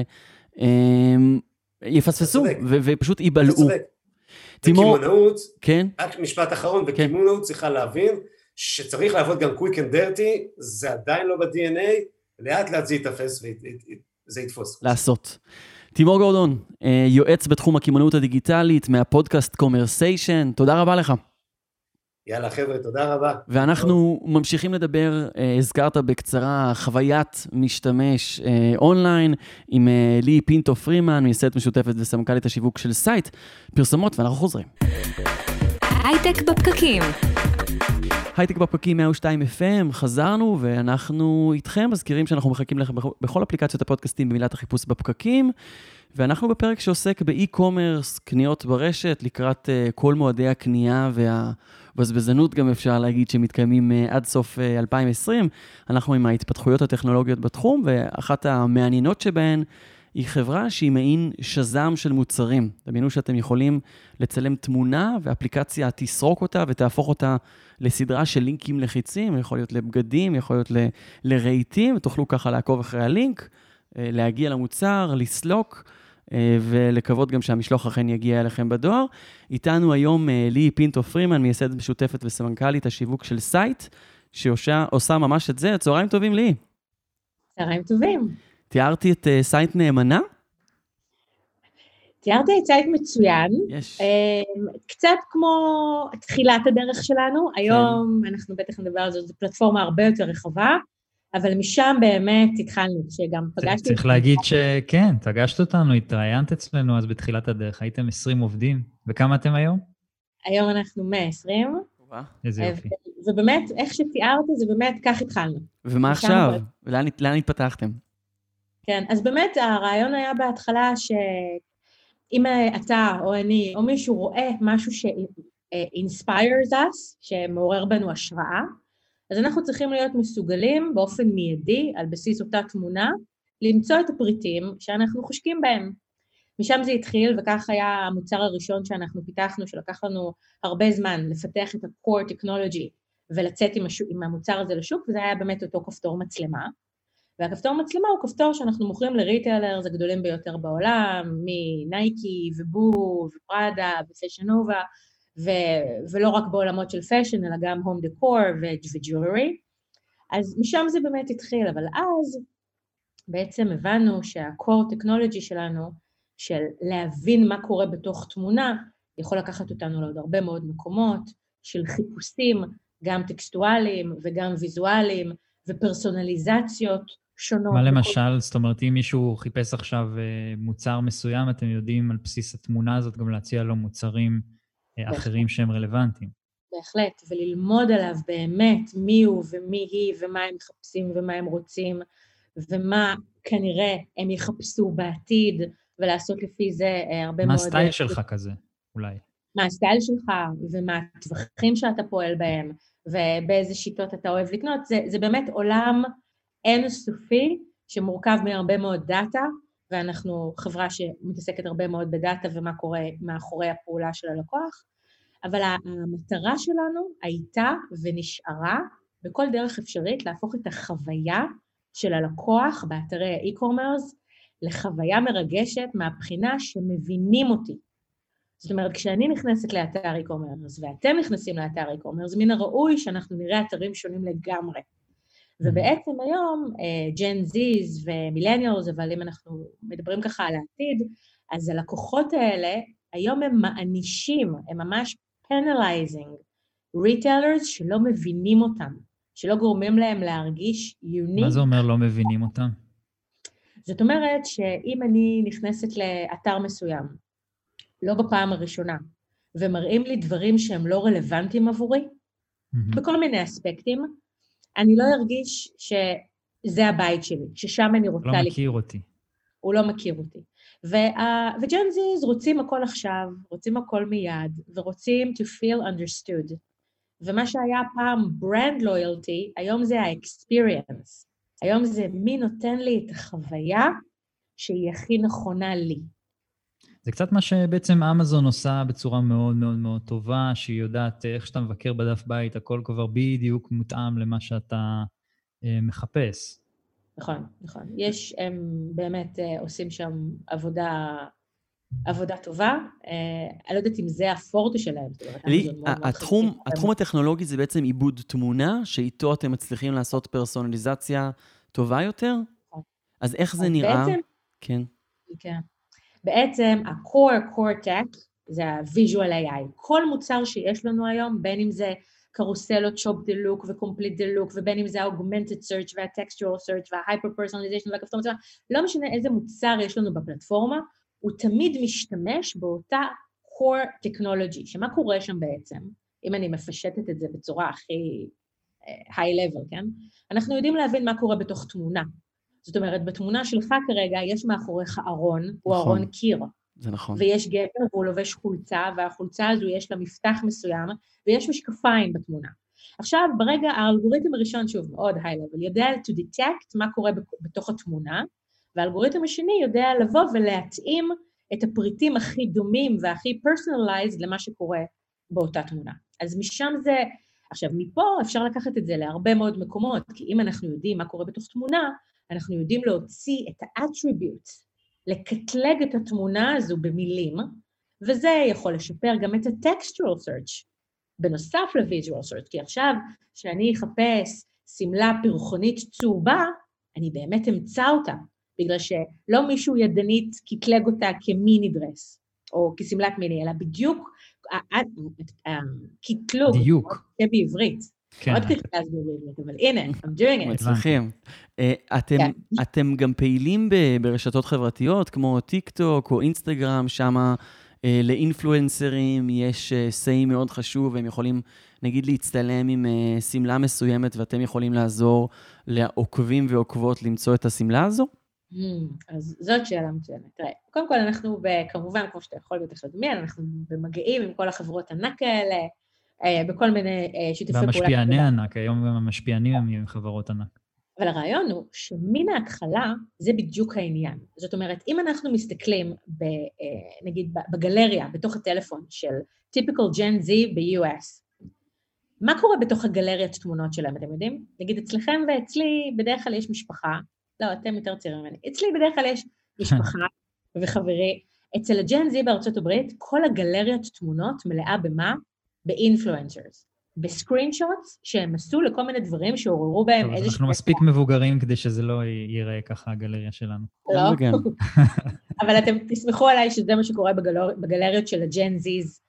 יפספסו ופשוט ייבלעו. וכימונאות, רק משפט אחרון, וכימונאות צריכה להבין שצריך לעבוד גם quick and dirty, זה עדיין לא ב-די אן איי, לאט לאט זה יתפס וזה יתפוס. לעשות. תימור גורדון, יועץ בתחום הקמעונאות הדיגיטלית מהפודקאסט קומרסיישן, תודה רבה לך. יאללה חבר'ה, תודה רבה. ואנחנו ממשיכים לדבר, הזכרת בקצרה, חוויית משתמש אונליין, עם לי פינטו פרימן, מייסדת משותפת וסמנכ"לית השיווק של סייט, פרסומות, ואנחנו חוזרים. הייטק בפקקים. הייטק בפקקים מאה ושתיים אף אם, חזרנו ואנחנו איתכם, מזכירים שאנחנו מחכים לכם בכל אפליקציות הפודקאסטים במילת החיפוש בפקקים, ואנחנו בפרק שעוסק באי-קומרס, קניות ברשת, לקראת uh, כל מועדי הקנייה והבזבזנות גם אפשר להגיד שמתקיימים uh, עד סוף uh, אלפיים ועשרים, אנחנו עם ההתפתחויות הטכנולוגיות בתחום, ואחת המעניינות שבהן היא חברה שהיא מעין שזם של מוצרים. דמיינו שאתם יכולים לצלם תמונה, ואפליקציה תסרוק אותה ותהפוך אותה לסדרה של לינקים לחיצים, יכול להיות לבגדים, יכול להיות ל- לרהיטים, ותוכלו ככה לעקוב אחרי הלינק, להגיע למוצר, לסלוק, ולקוות גם שהמשלוח אכן יגיע אליכם בדואר. איתנו היום לי פינטו פרימן, מייסדת משותפת וסמנכ"לית השיווק של סייט, שעושה ממש את זה. צהריים טובים לי. צהריים טובים. תיארתי את uh, סייט נאמנה? תיארתי את סייט מצוין, יש. Uh, קצת כמו תחילת הדרך שלנו, היום כן. אנחנו בטח נדבר על זה, זו פלטפורמה הרבה יותר רחבה, אבל משם באמת התחלנו, שגם פגשתי... צריך להגיד שכן, פגשת אותנו, התראיינת אצלנו, אז בתחילת הדרך, הייתם עשרים עובדים, וכמה אתם היום? היום אנחנו מאה ועשרים. איזה יופי. ובאמת, איך שתיארת זה באמת, כך התחלנו. ומה עכשיו? ולאן, לאן התפתחתם? כן, אז באמת הרעיון היה בהתחלה שאם אתה או אני או מישהו רואה משהו ש-inspires us, שמעורר בנו השראה, אז אנחנו צריכים להיות מסוגלים באופן מיידי, על בסיס אותה תמונה, למצוא את הפריטים שאנחנו חושקים בהם. משם זה התחיל, וכך היה המוצר הראשון שאנחנו פיתחנו, שלקח לנו הרבה זמן לפתח את ה-core technology, ולצאת עם, השוק, עם המוצר הזה לשוק, וזה היה באמת אותו כפתור מצלמה. והכפתור מצלמה הוא כפתור שאנחנו מוכרים לריטיילרס הגדולים ביותר בעולם, מנייקי ובו ופראדה ופשנובה, ו- ולא רק בעולמות של פשן, אלא גם הום דקור וג'ולרי. אז משם זה באמת התחיל, אבל אז בעצם הבנו שה-core technology שלנו, של להבין מה קורה בתוך תמונה, יכול לקחת אותנו לעוד הרבה מאוד מקומות, של חיפושים, גם טקסטואליים וגם ויזואליים, ופרסונליזציות שונות. מה למשל, זאת אומרת, אם מישהו חיפש עכשיו מוצר מסוים, אתם יודעים על בסיס התמונה הזאת גם להציע לו מוצרים אחרים שהם רלוונטיים. בהחלט, וללמוד עליו באמת מי הוא ומי היא ומה הם מחפשים ומה הם רוצים, ומה כנראה הם יחפשו בעתיד, ולעשות לפי זה הרבה מאוד... מה הסטייל שלך כזה, אולי? מה הסטייל שלך, ומה הטווחים שאתה פועל בהם, ובאיזה שיטות אתה אוהב לקנות, זה, זה באמת עולם אינסופי, שמורכב מהרבה מאוד דאטה, ואנחנו חברה שמתעסקת הרבה מאוד בדאטה, ומה קורה מאחורי הפעולה של הלקוח, אבל המטרה שלנו הייתה ונשארה, בכל דרך אפשרית, להפוך את החוויה של הלקוח באתרי האי-קומרס, לחוויה מרגשת מהבחינה שמבינים אותי. זאת אומרת, כשאני נכנסת לאתר אי-קומרס, ואתם נכנסים לאתר אי-קומרס, מן הראוי שאנחנו נראה אתרים שונים לגמרי. ובעצם היום, ג'ן זיז ומילניאלס, אבל אם אנחנו מדברים ככה על העתיד, אז הלקוחות האלה, היום הם מענישים, הם ממש penalizing, retailers שלא מבינים אותם, שלא גורמים להם להרגיש unique. מה זה אומר לא מבינים אותם? זאת אומרת שאם אני נכנסת לאתר מסוים, לא בפעם הראשונה, ומראים לי דברים שהם לא רלוונטיים עבורי, mm-hmm. בכל מיני אספקטים, אני לא ארגיש שזה הבית שלי, ששם אני רוצה... לא מכיר אותי. הוא לא מכיר אותי. וג'ן זיז רוצים הכל עכשיו, רוצים הכל מיד, ורוצים to feel understood. ומה שהיה פעם brand loyalty, היום זה ה-experience. היום זה מי נותן לי את החוויה שהיא הכי נכונה לי. זה קצת מה שבעצם אמזון עושה בצורה מאוד מאוד מאוד טובה, שהיא יודעת איך שאתה מבקר בדף בית, הכל כבר בדיוק מותאם למה שאתה אה, מחפש. נכון, נכון. יש, הם באמת אה, עושים שם עבודה, עבודה טובה. אה, אני לא יודעת אם זה הפורטו שלהם. לי, התחום, התחום הטכנולוגי זה בעצם עיבוד תמונה, שאיתו אתם מצליחים לעשות פרסונליזציה טובה יותר? אז איך זה נראה? בעצם, כן. כן. בעצם ה-core, core tech, זה ה-visual איי איי. כל מוצר שיש לנו היום, בין אם זה קרוסלות, shop the look ו-complete the look, ובין אם זה ה-augmented search וה-textual search וה-hyper-personalization והכפתור מצלמה, לא משנה איזה מוצר יש לנו בפלטפורמה, הוא תמיד משתמש באותה core technology, שמה קורה שם בעצם, אם אני מפשטת את זה בצורה הכי uh, high level, כן? אנחנו יודעים להבין מה קורה בתוך תמונה. זאת אומרת, בתמונה שלך כרגע יש מאחוריך ארון, נכון. הוא ארון קיר. זה נכון. ויש גבר והוא לובש חולצה, והחולצה הזו יש לה מפתח מסוים, ויש משקפיים בתמונה. עכשיו, ברגע, האלגוריתם הראשון, שוב, מאוד high level, יודע to detect מה קורה בתוך התמונה, והאלגוריתם השני יודע לבוא ולהתאים את הפריטים הכי דומים והכי personalized למה שקורה באותה תמונה. אז משם זה, עכשיו, מפה אפשר לקחת את זה להרבה מאוד מקומות, כי אם אנחנו יודעים מה קורה בתוך תמונה, אנחנו יודעים להוציא את ה-attributes, לקטלג את התמונה הזו במילים, וזה יכול לשפר גם את ה-textual search, בנוסף ל-visual search, כי עכשיו, שאני אחפש סמלה פרחונית צהובה, אני באמת אמצא אותה, בגלל שלא מישהו ידנית קטלג אותה כמיני דרס, או כסמלת מיני, אלא בדיוק, קטלוג, דיוק. בעברית. כן. עוד קטלג בעברית, אבל הנה, I'm doing it. מצליחים. אתם גם פעילים ברשתות חברתיות, כמו טיק טוק או אינסטגרם, שם לאינפלואנסרים יש סי מאוד חשוב, והם יכולים, נגיד, להצטלם עם סמלה מסוימת, ואתם יכולים לעזור לעוקבים ועוקבות למצוא את הסמלה הזו? אז זאת שאלה מצוינת. תראה, קודם כל אנחנו, כמובן, כמו שאתה יכול בטח לדמיין, אנחנו במגעים עם כל החברות ענק האלה, בכל מיני שיתופי פעולה. והמשפיעני ענק, היום גם המשפיענים הם חברות ענק. אבל הרעיון הוא שמן ההתחלה זה בדיוק העניין. זאת אומרת, אם אנחנו מסתכלים, ב, נגיד, בגלריה, בתוך הטלפון של typical Gen Z ב-יו אס, מה קורה בתוך הגלריית תמונות שלהם, אתם יודעים? נגיד, אצלכם ואצלי בדרך כלל יש משפחה, לא, אתם יותר צעירים ממני, אצלי בדרך כלל יש משפחה וחברי, אצל הג'ן זי בארצות הברית, כל הגלריית תמונות מלאה במה? באינפלואנסרס. בסקרינשוטס שהם עשו לכל מיני דברים שעוררו בהם איזושהי... אנחנו מספיק מבוגרים כדי שזה לא ייראה ככה הגלריה שלנו. לא, אבל אתם תסמכו עליי שזה מה שקורה בגלריות של הג'ן זיז,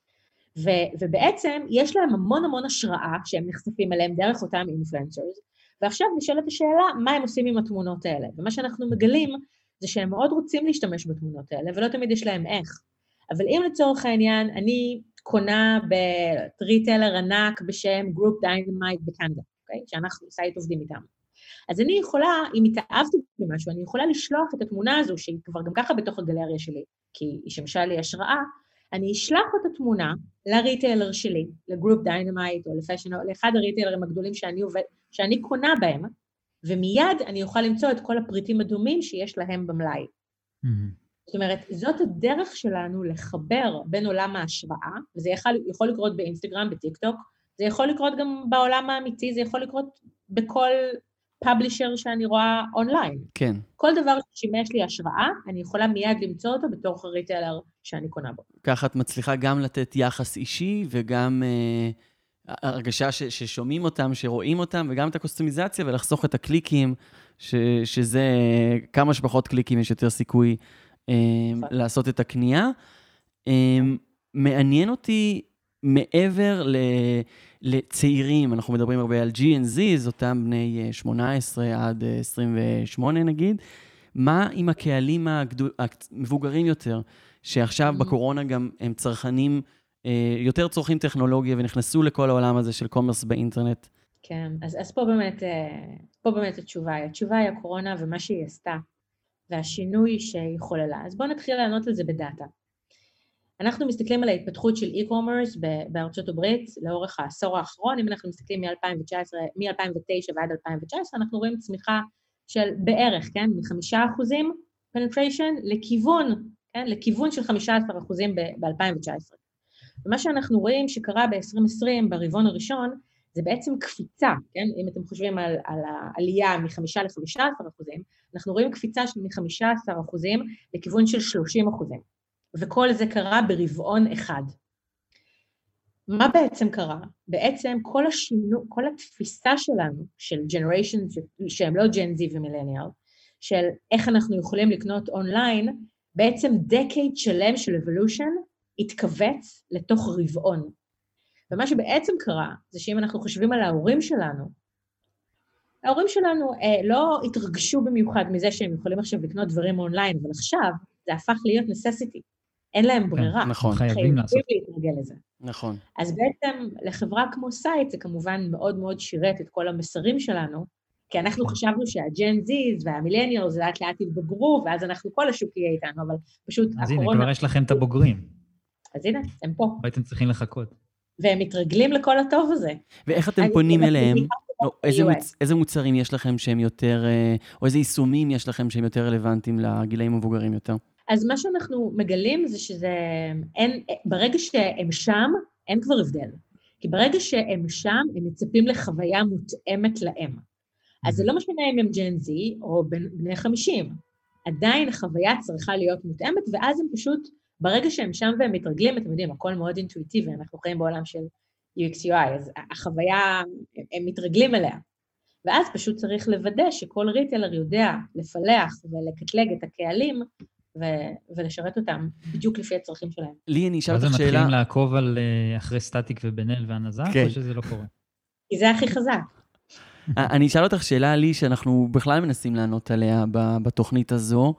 ובעצם יש להם המון המון השראה שהם נחשפים עליהם דרך אותם אינפלואנסרס, ועכשיו נשאלת השאלה מה הם עושים עם התמונות האלה, ומה שאנחנו מגלים זה שהם מאוד רוצים להשתמש בתמונות האלה, ולא תמיד יש להם איך. אבל אם לצורך העניין, אני קונה בריטלר ענק בשם גרופ דיינמייט בקנדה, אוקיי? שאנחנו סייט עובדים איתם. אז אני יכולה, אם התאהבתי במשהו, אני יכולה לשלוח את התמונה הזו, שהיא כבר גם ככה בתוך הגלריה שלי, כי היא שמשה לי השראה, אני אשלח את התמונה לריטלר שלי, לגרופ דיינמייט או לפשן, או לאחד הריטלרים הגדולים שאני עובד, שאני קונה בהם, ומיד אני אוכל למצוא את כל הפריטים הדומים שיש להם במלאי. Mm-hmm. זאת אומרת, זאת הדרך שלנו לחבר בין עולם ההשראה, וזה יכול, יכול לקרות באינסטגרם, בטיקטוק, זה יכול לקרות גם בעולם האמיתי, זה יכול לקרות בכל פאבלישר שאני רואה אונליין. כן. כל דבר ששימש לי השראה, אני יכולה מיד למצוא אותו בתוך הריטלר שאני קונה בו. ככה את מצליחה גם לתת יחס אישי, וגם אה, הרגשה ש, ששומעים אותם, שרואים אותם, וגם את הקוסטומיזציה, ולחסוך את הקליקים, ש, שזה כמה שפחות קליקים, יש יותר סיכוי אה, לעשות את הקנייה. אה, מעניין אותי מעבר ל... לצעירים, אנחנו מדברים הרבה על ג'י אן זי, אותם בני שמונה עשרה עד עשרים ושמונה נגיד, מה עם הקהלים הגדול, המבוגרים יותר, שעכשיו mm-hmm. בקורונה גם הם צרכנים, יותר צורכים טכנולוגיה ונכנסו לכל העולם הזה של קומרס באינטרנט? כן, אז, אז פה באמת, פה באמת התשובה היא, התשובה היא הקורונה ומה שהיא עשתה, והשינוי שהיא חוללה. אז בואו נתחיל לענות על זה בדאטה. אנחנו מסתכלים על ההתפתחות של e-commerce בארצות הברית לאורך העשור האחרון, אם אנחנו מסתכלים מ-אלפיים ותשע ועד אלפיים תשע עשרה, אנחנו רואים צמיחה של בערך, כן, מחמישה אחוזים penetration לכיוון, כן, לכיוון של חמישה עשר אחוזים ב-אלפיים תשע עשרה. ומה שאנחנו רואים שקרה ב-עשרים עשרים ברבעון הראשון, זה בעצם קפיצה, כן, אם אתם חושבים על, על העלייה מחמישה לחמישה עשר אחוזים, אנחנו רואים קפיצה של מחמישה עשר אחוזים לכיוון של שלושים אחוזים. וכל זה קרה ברבעון אחד. מה בעצם קרה? בעצם כל השינו, כל התפיסה שלנו, של generation, שהם לא ג'ן זי ומילניאל, של איך אנחנו יכולים לקנות אונליין, בעצם דקייד שלם של evolution, התכווץ לתוך רבעון. ומה שבעצם קרה, זה שאם אנחנו חושבים על ההורים שלנו, ההורים שלנו אה, לא התרגשו במיוחד מזה שהם יכולים עכשיו לקנות דברים אונליין, אבל עכשיו זה הפך להיות necessity. אין להם ברירה. נכון. חייבים לעשות. להתרגל לזה. נכון. אז בעצם לחברה כמו סייט, זה כמובן מאוד מאוד שירת את כל המסרים שלנו, כי אנחנו חשבנו שהג'ן זיז והמילניאלס לאט לאט יתבגרו, ואז אנחנו כל השוק יהיה איתנו, אבל פשוט אז הנה, כבר יש לכם את הבוגרים. אז הנה, הם פה. הייתם צריכים לחכות. והם מתרגלים לכל הטוב הזה. ואיך אתם פונים אליהם? איזה מוצרים יש לכם שהם יותר, או איזה יישומים יש לכם שהם יותר רלוונטיים לגילאים מבוגרים יותר? אז מה שאנחנו מגלים זה שזה, אין, ברגע שהם שם, אין כבר הבדל. כי ברגע שהם שם, הם מצפים לחוויה מותאמת להם. אז זה לא משנה אם הם ג'ן זי או בני חמישים. עדיין החוויה צריכה להיות מותאמת, ואז הם פשוט, ברגע שהם שם והם מתרגלים, אתם יודעים, הכל מאוד אינטואיטיבי, אנחנו חיים בעולם של יו אקס יו איי, אז החוויה, הם מתרגלים אליה. ואז פשוט צריך לוודא שכל ריטלר יודע לפלח ולקטלג את הקהלים, ו- ולשרת אותם בדיוק לפי הצרכים שלהם. לי, אני אשאל אותך שאלה... אז הם מתחילים לעקוב על אחרי סטטיק ובנל והנזק, כן. או שזה לא קורה? כי זה הכי חזק. אני אשאל אותך שאלה, לי, שאנחנו בכלל מנסים לענות עליה בתוכנית הזו.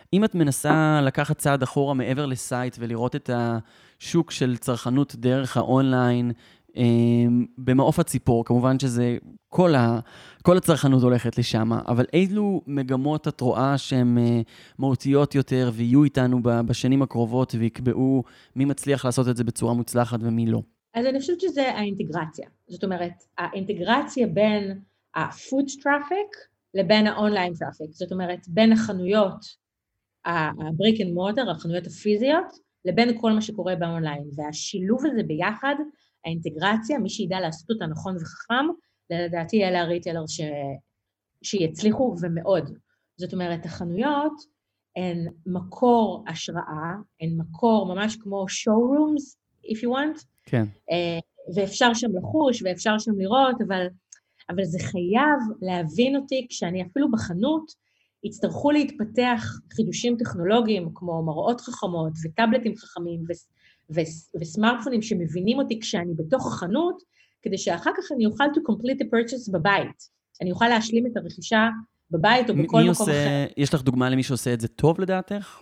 אם את מנסה לקחת צעד אחורה מעבר לסייט ולראות את השוק של צרכנות דרך האונליין, במעוף הציפור, כמובן שזה כל, ה, כל הצרכנות הולכת לשם, אבל אילו מגמות את רואה שהן מהותיות יותר ויהיו איתנו בשנים הקרובות ויקבעו מי מצליח לעשות את זה בצורה מוצלחת ומי לא? אז אני חושבת שזה האינטגרציה. זאת אומרת, האינטגרציה בין ה-food traffic לבין ה-online traffic. זאת אומרת, בין החנויות, ה-brick and mortar, החנויות הפיזיות, לבין כל מה שקורה באונליין. והשילוב הזה ביחד, האינטגרציה, מי שידע לעשות אותה נכון וחכם, לדעתי אלה הריטיילר ש... שיצליחו ומאוד. זאת אומרת, החנויות הן מקור השראה, הן מקור ממש כמו showrooms, if you want. כן. ואפשר שם לחוש, ואפשר שם לראות, אבל, אבל זה חייב להבין אותי, כשאני אפילו בחנות, יצטרכו להתפתח חידושים טכנולוגיים, כמו מראות חכמות, וטאבלטים חכמים, ו... ו- וסמארטפונים שמבינים אותי כשאני בתוך החנות, כדי שאחר כך אני אוכל to complete the purchase בבית. אני אוכל להשלים את הרכישה בבית או בכל מקום עושה, אחר. יש לך דוגמה למי שעושה את זה טוב לדעתך?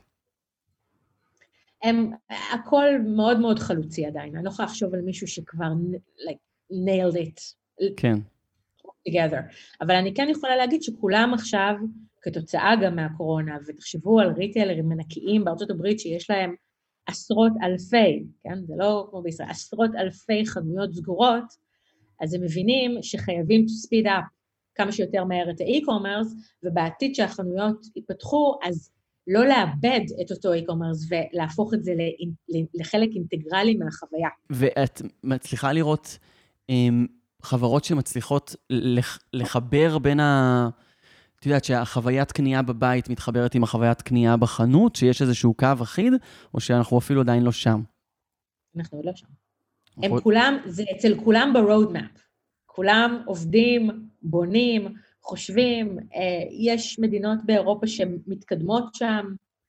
הם, הכל מאוד מאוד חלוצי עדיין. אני לא יכולה לחשוב על מישהו שכבר like, nailed it. כן. together. אבל אני כן יכולה להגיד שכולם עכשיו, כתוצאה גם מהקורונה, ותחשבו על ריטיילרים מנקיים בארצות הברית שיש להם עשרות אלפי, כן? זה לא כמו בישראל, עשרות אלפי חנויות סגורות, אז הם מבינים שחייבים to speed up כמה שיותר מהר את האי-קומרס, ובעתיד שהחנויות ייפתחו, אז לא לאבד את אותו אי-קומרס, ולהפוך את זה לחלק אינטגרלי מהחוויה. ואת מצליחה לראות חברות שמצליחות לחבר בין ה... את יודעת שהחוויית קנייה בבית מתחברת עם החוויית קנייה בחנות, שיש איזשהו קו אחיד, או שאנחנו אפילו עדיין לא שם? אנחנו לא שם. הם כולם, זה אצל כולם ב-roadmap. כולם עובדים, בונים, חושבים, יש מדינות באירופה שמתקדמות שם.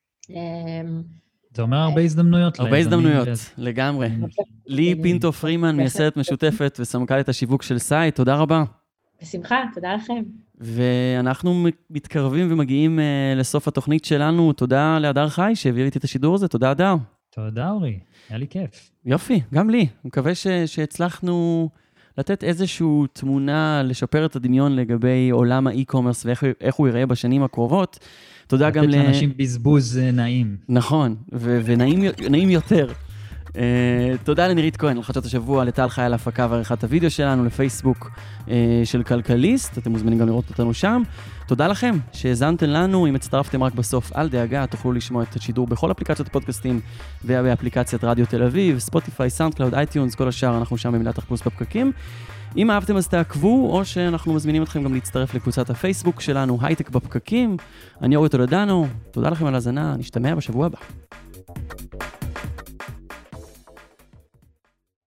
זה אומר הרבה הזדמנויות. הרבה הזדמנויות, לגמרי. לי פינטו פרימן, מייסדת משותפת וסמנכ"לית השיווק של סייט, תודה רבה. בשמחה, תודה לכם. ואנחנו מתקרבים ומגיעים לסוף התוכנית שלנו. תודה להדר חי שהביא איתי את השידור הזה. תודה, הדר. תודה, אורי. היה לי כיף. יופי, גם לי. אני מקווה ש- שהצלחנו לתת איזושהי תמונה, לשפר את הדמיון לגבי עולם האי-קומרס ואיך הוא ייראה בשנים הקרובות. תודה גם ל... לתת לאנשים בזבוז נעים. נכון, ו- ונעים נעים יותר. Uh, תודה לנירית כהן, על חדשות השבוע, לטל חי על הפקה ועריכת הוידאו שלנו, לפייסבוק uh, של כלכליסט, אתם מוזמנים גם לראות אותנו שם. תודה לכם שהזנתם לנו, אם הצטרפתם רק בסוף, אל דאגה, תוכלו לשמוע את השידור בכל אפליקציות הפודקאסטים, ובאפליקציית רדיו תל אביב, ספוטיפיי, סאונדקלאוד, אייטיונס, כל השאר, אנחנו שם במילת פלוס בפקקים. אם אהבתם אז תעקבו, או שאנחנו מזמינים אתכם גם להצטרף לקבוצת הפייסבוק שלנו, הייטק בפקקים. אני אורי תולדנו, תודה לכם על הזנה, נשתמע בשבוע הבא.